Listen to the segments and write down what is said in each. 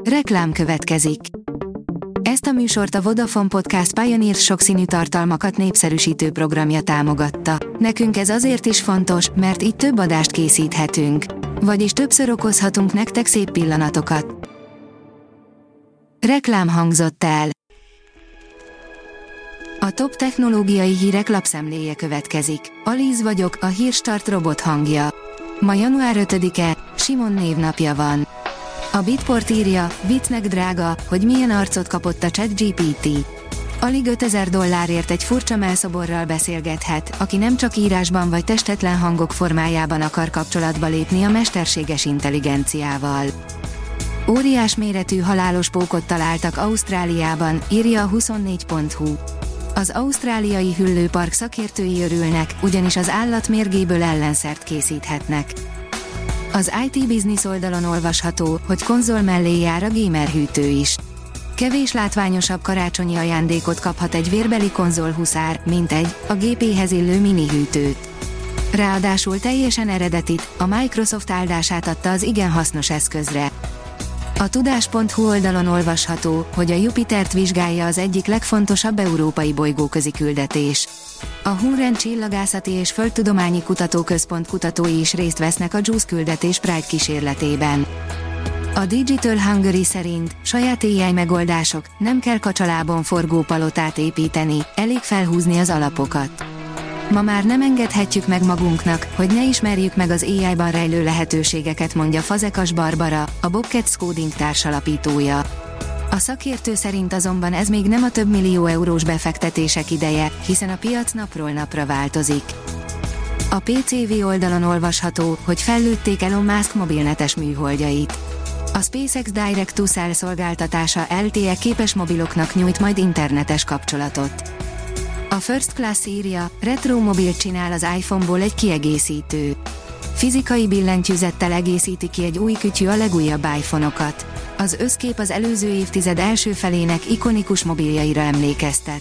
Reklám következik. Ezt a műsort a Vodafone Podcast Pioneer sokszínű tartalmakat népszerűsítő programja támogatta. Nekünk ez azért is fontos, mert így több adást készíthetünk. Vagyis többször okozhatunk nektek szép pillanatokat. Reklám hangzott el. A top technológiai hírek lapszemléje következik. Alíz vagyok, a Hírstart robot hangja. Ma január 5-e, Simon névnapja van. A Bitport írja, viccnek drága, hogy milyen arcot kapott a ChatGPT. Alig $5000 egy furcsa mellszoborral beszélgethet, aki nem csak írásban vagy testetlen hangok formájában akar kapcsolatba lépni a mesterséges intelligenciával. Óriás méretű halálos pókot találtak Ausztráliában, írja a 24.hu. Az ausztráliai hüllőpark szakértői örülnek, ugyanis az állat mérgéből ellenszert készíthetnek. Az IT Business oldalon olvasható, hogy konzol mellé jár a gamer hűtő is. Kevés látványosabb karácsonyi ajándékot kaphat egy vérbeli konzolhuszár, mint a gépéhez illő mini hűtőt. Ráadásul teljesen eredetit, a Microsoft áldását adta az igen hasznos eszközre. A tudás.hu oldalon olvasható, hogy a Jupitert vizsgálja az egyik legfontosabb európai bolygóközi küldetés. A Hunren Csillagászati és Földtudományi Kutatóközpont kutatói is részt vesznek a JUICE küldetés Pride kísérletében. A Digital Hungary szerint saját AI megoldások, nem kell kacsalábon forgó palotát építeni, elég felhúzni az alapokat. Ma már nem engedhetjük meg magunknak, hogy ne ismerjük meg az AI-ban rejlő lehetőségeket, mondja Fazekas Barbara, a Bobcat Coding társalapítója. A szakértő szerint azonban ez még nem a több millió eurós befektetések ideje, hiszen a piac napról napra változik. A PCV oldalon olvasható, hogy fellőtték Elon Musk mobilnetes műholdjait. A SpaceX Direct-to-Cell szolgáltatása LTE képes mobiloknak nyújt majd internetes kapcsolatot. A First Class írja, retro mobilt csinál az iPhone-ból egy kiegészítő. Fizikai billentyűzettel egészíti ki egy új kütyű a legújabb iPhone-okat. Az összkép az előző évtized első felének ikonikus mobiljaira emlékeztet.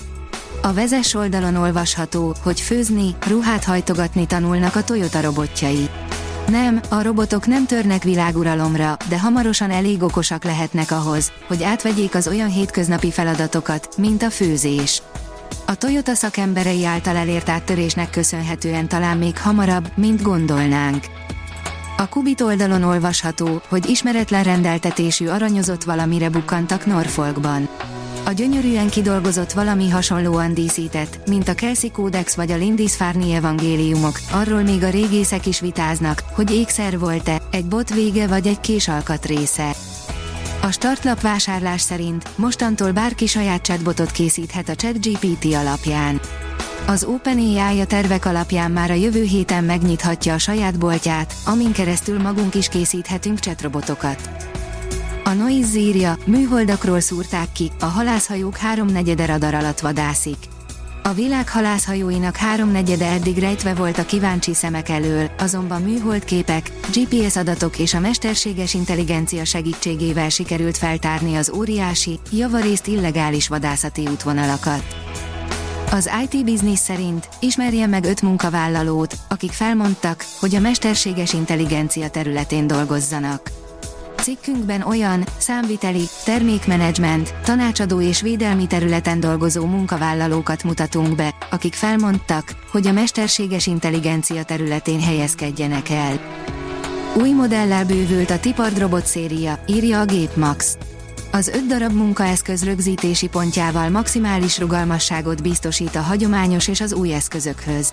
A Vezess oldalon olvasható, hogy főzni, ruhát hajtogatni tanulnak a Toyota robotjai. Nem, a robotok nem törnek világuralomra, de hamarosan elég okosak lehetnek ahhoz, hogy átvegyék az olyan hétköznapi feladatokat, mint a főzés. A Toyota szakemberei által elért áttörésnek köszönhetően talán még hamarabb, mint gondolnánk. A Kubit oldalon olvasható, hogy ismeretlen rendeltetésű aranyozott valamire bukkantak Norfolkban. A gyönyörűen kidolgozott valami hasonlóan díszített, mint a Kelsey Codex vagy a Lindisfarne evangéliumok, arról még a régészek is vitáznak, hogy ékszer volt-e, egy bot vége vagy egy kés alkatrésze. A startlap vásárlás szerint mostantól bárki saját chatbotot készíthet a ChatGPT alapján. Az OpenAI a tervek alapján már a jövő héten megnyithatja a saját boltját, amin keresztül magunk is készíthetünk chatrobotokat. A Noise írja, műholdakról szúrták ki, a halászhajók 3/4 radar alatt vadászik. A világ halászhajóinak 3/4 eddig rejtve volt a kíváncsi szemek elől, azonban műholdképek, GPS adatok és a mesterséges intelligencia segítségével sikerült feltárni az óriási, javarészt illegális vadászati útvonalakat. Az IT Business szerint ismerjen meg 5 munkavállalót, akik felmondtak, hogy a mesterséges intelligencia területén dolgozzanak. Cikkünkben olyan, számviteli, termékmenedzsment, tanácsadó és védelmi területen dolgozó munkavállalókat mutatunk be, akik felmondtak, hogy a mesterséges intelligencia területén helyezkedjenek el. Új modellel bővült a Tipard robot széria, írja a Gépmax. Az 5 darab munkaeszköz rögzítési pontjával maximális rugalmasságot biztosít a hagyományos és az új eszközökhöz.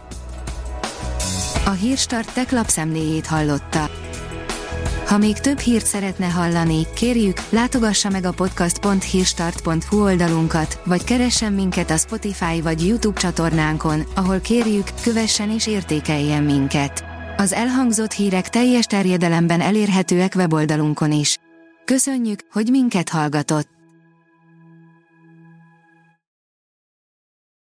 A Hírstart tech lapszemléjét hallotta. Ha még több hírt szeretne hallani, kérjük, látogassa meg a podcast.hírstart.hu oldalunkat, vagy keressen minket a Spotify vagy YouTube csatornánkon, ahol kérjük, kövessen és értékeljen minket. Az elhangzott hírek teljes terjedelemben elérhetőek weboldalunkon is. Köszönjük, hogy minket hallgatott!